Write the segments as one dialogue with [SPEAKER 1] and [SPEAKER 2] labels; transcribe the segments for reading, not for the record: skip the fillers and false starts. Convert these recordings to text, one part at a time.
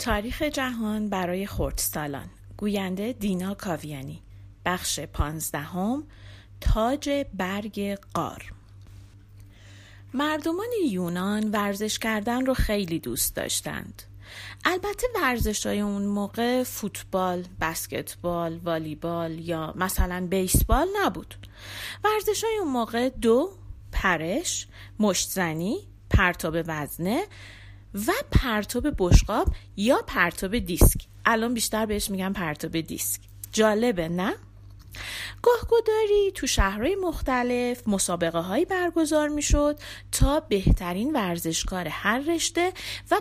[SPEAKER 1] تاریخ جهان برای خردسالان. گوینده دینا کاویانی. بخش 15. تاج برگ غار. مردمان یونان ورزش کردن رو خیلی دوست داشتند. البته ورزش‌های اون موقع فوتبال، بسکتبال، والیبال یا مثلا بیسبال نبود. ورزش‌های اون موقع پرش، مشت‌زنی، پرتاب وزنه و پرتاب بشقاب یا پرتاب دیسک. الان بیشتر بهش میگن پرتاب دیسک. جالبه نه؟ گاهگداری تو شهرهای مختلف مسابقه هایی برگزار میشد تا بهترین ورزشکار هر رشته و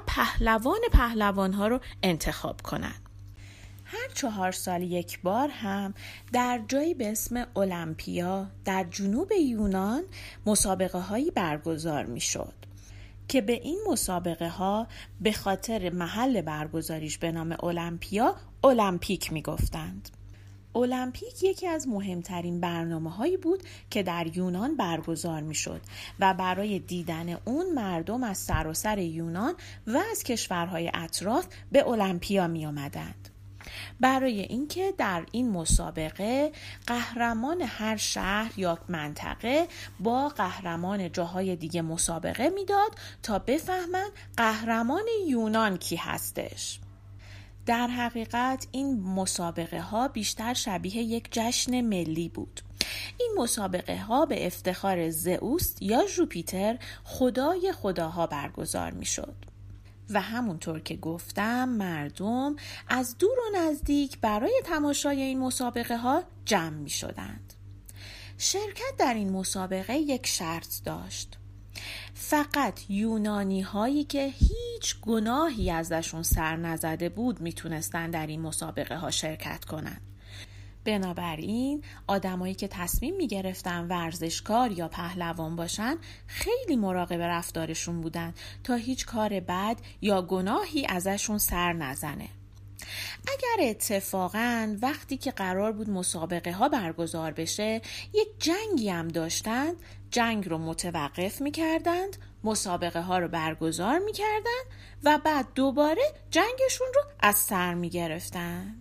[SPEAKER 1] پهلوان ها رو انتخاب کنن. هر 4 سال یک بار هم در جایی به اسم المپیا در جنوب یونان مسابقه هایی برگزار میشد که به این مسابقه ها به خاطر محل برگزاریش به نام المپیا المپیک میگفتند. المپیک یکی از مهمترین برنامه‌هایی بود که در یونان برگزار می‌شد و برای دیدن اون مردم از سراسر یونان و از کشورهای اطراف به المپیا می‌آمدند. برای اینکه در این مسابقه قهرمان هر شهر یا منطقه با قهرمان جاهای دیگه مسابقه میداد تا بفهمن قهرمان یونان کی هستش. در حقیقت این مسابقه ها بیشتر شبیه یک جشن ملی بود. این مسابقه ها به افتخار زئوس یا ژوپیتر خدای خداها برگزار می شد. و همونطور که گفتم مردم از دور و نزدیک برای تماشای این مسابقه ها جمع می شدند. شرکت در این مسابقه یک شرط داشت. فقط یونانی هایی که هیچ گناهی ازشون سر نزده بود میتونستن در این مسابقه ها شرکت کنن. بنابراین آدمایی که تصمیم میگرفتن ورزشکار یا پهلوان باشن خیلی مراقب رفتارشون بودن تا هیچ کار بد یا گناهی ازشون سر نزنه. اگر اتفاقاً وقتی که قرار بود مسابقه ها برگزار بشه یک جنگی هم داشتند، جنگ رو متوقف میکردند، مسابقه ها رو برگزار میکردند و بعد دوباره جنگشون رو از سر میگرفتند.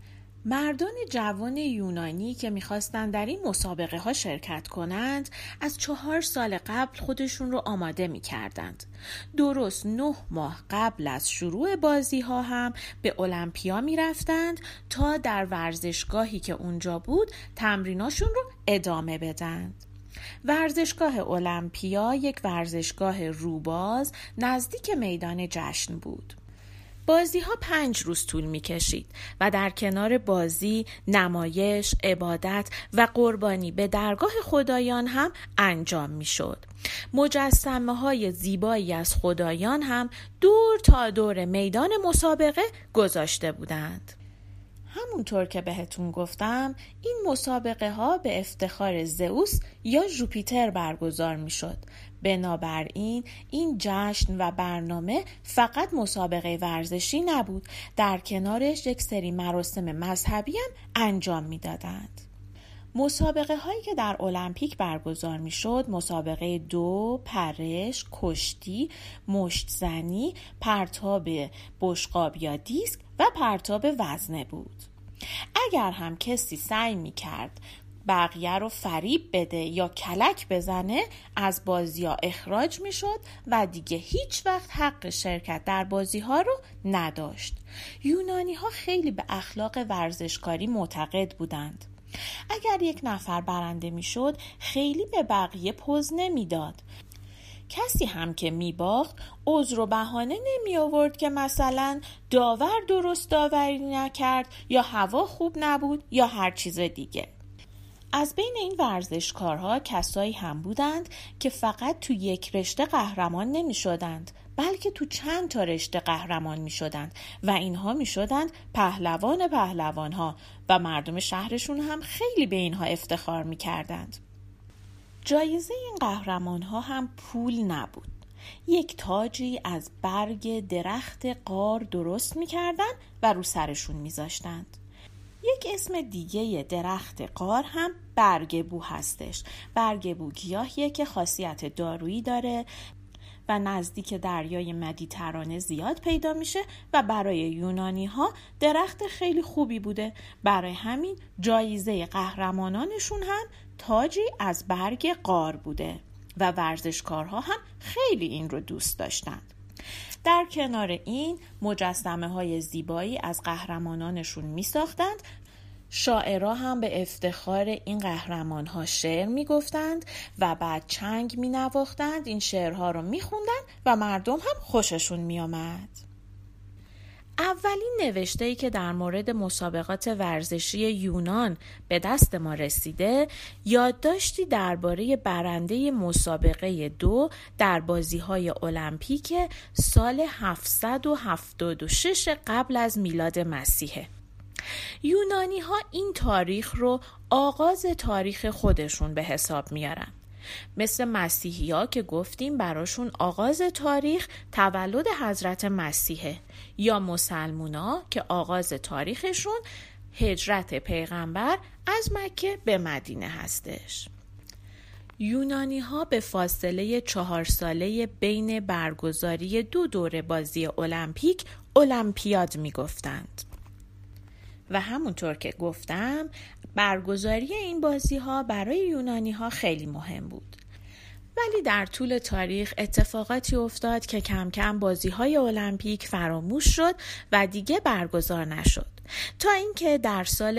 [SPEAKER 1] مردان جوان یونانی که میخواستن در این مسابقه ها شرکت کنند از 4 سال قبل خودشون رو آماده میکردند. درست 9 ماه قبل از شروع بازی ها هم به المپیا میرفتند تا در ورزشگاهی که اونجا بود تمریناشون رو ادامه بدند. ورزشگاه المپیا یک ورزشگاه روباز نزدیک میدان جشن بود. بازی ها 5 روز طول می کشید و در کنار بازی، نمایش، عبادت و قربانی به درگاه خدایان هم انجام می شد. مجسمه های زیبایی از خدایان هم دور تا دور میدان مسابقه گذاشته بودند. همونطور که بهتون گفتم این مسابقه ها به افتخار زئوس یا ژوپیتر برگزار می شد. بنابراین این جشن و برنامه فقط مسابقه ورزشی نبود، در کنارش یک سری مراسم مذهبی هم انجام می دادند. مسابقه هایی که در المپیک برگزار می شد مسابقه پرش، کشتی، مشت‌زنی، پرتاب بشقاب یا دیسک و پرتاب وزنه بود. اگر هم کسی سعی می کرد بقیه رو فریب بده یا کلک بزنه از بازی ها اخراج می شد و دیگه هیچ وقت حق شرکت در بازی ها رو نداشت. یونانی ها خیلی به اخلاق ورزشکاری معتقد بودند. اگر یک نفر برنده می شد خیلی به بقیه پوز نمی داد. کسی هم که می باخت عذر و بهانه نمی آورد که مثلا داور درست داوری نکرد یا هوا خوب نبود یا هر چیز دیگه. از بین این ورزشکارها کسایی هم بودند که فقط تو یک رشته قهرمان نمی شدند بلکه تو چند تا رشته قهرمان می شدند و اینها می شدند پهلوانها و مردم شهرشون هم خیلی به اینها افتخار می کردند. جایزه این قهرمان ها هم پول نبود. یک تاجی از برگ درخت غار درست می کردن و رو سرشون می زاشتند. یک اسم دیگه درخت غار هم برگ بو هستش. برگ بو گیاهیه که خاصیت دارویی داره و نزدیک دریای مدیترانه زیاد پیدا میشه و برای یونانی ها درخت خیلی خوبی بوده. برای همین جایزه قهرمانانشون هم تاجی از برگ غار بوده و ورزشکارها هم خیلی این رو دوست داشتند. در کنار این مجسمه های زیبایی از قهرمانانشون می ساختند. شاعرها هم به افتخار این قهرمان ها شعر می گفتند و بعد چنگ می نواختند. این شعرها رو می خوندند و مردم هم خوششون می آمد. اولین نوشته‌ای که در مورد مسابقات ورزشی یونان به دست ما رسیده یادداشتی درباره برنده مسابقه 2 در بازی‌های المپیک سال 776 قبل از میلاد مسیحه. یونانی‌ها این تاریخ رو آغاز تاریخ خودشون به حساب میارن. مثل مسیحی‌ها که گفتیم براشون آغاز تاریخ تولد حضرت مسیحه، یا مسلمونا که آغاز تاریخشون هجرت پیغمبر از مکه به مدینه هستش. یونانی‌ها به فاصله 4 ساله بین برگزاری 2 دوره بازی المپیک المپیاد میگفتند. و همونطور که گفتم برگزاری این بازی‌ها برای یونانی‌ها خیلی مهم بود. ولی در طول تاریخ اتفاقاتی افتاد که کم کم بازی‌های المپیک فراموش شد و دیگه برگزار نشد. تا اینکه در سال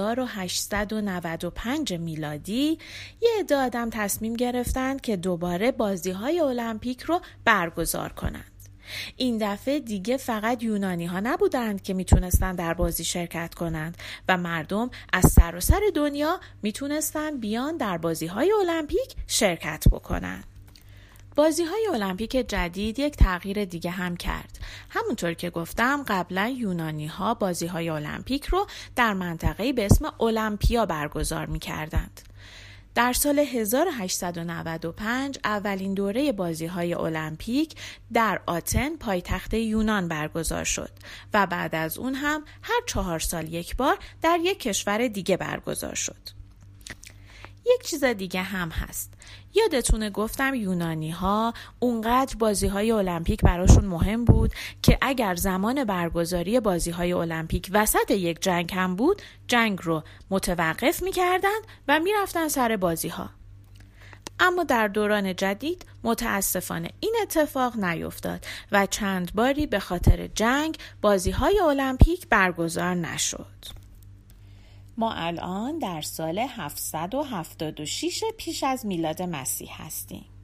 [SPEAKER 1] 1895 میلادی یه عده آدم تصمیم گرفتند که دوباره بازی‌های المپیک رو برگزار کنند. این دفعه دیگه فقط یونانی ها نبودند که میتونستند در بازی شرکت کنند و مردم از سراسر دنیا میتونستند بیان در بازی های المپیک شرکت بکنند. بازی های المپیک جدید یک تغییر دیگه هم کرد. همونطور که گفتم قبلا یونانی ها بازی های المپیک رو در منطقه‌ای به اسم المپیا برگزار میکردند. در سال 1895 اولین دوره بازی‌های المپیک در آتن پایتخت یونان برگزار شد و بعد از اون هم هر 4 سال یک بار در یک کشور دیگه برگزار شد. یک چیز دیگه هم هست. یادتونه گفتم یونانی‌ها اونقدر بازی‌های المپیک براشون مهم بود که اگر زمان برگزاری بازی‌های المپیک وسط یک جنگ هم بود، جنگ رو متوقف می‌کردند و می‌رفتن سر بازی‌ها. اما در دوران جدید متاسفانه این اتفاق نیفتاد و چند باری به خاطر جنگ بازی‌های المپیک برگزار نشد. ما الان در سال 776 پیش از میلاد مسیح هستیم.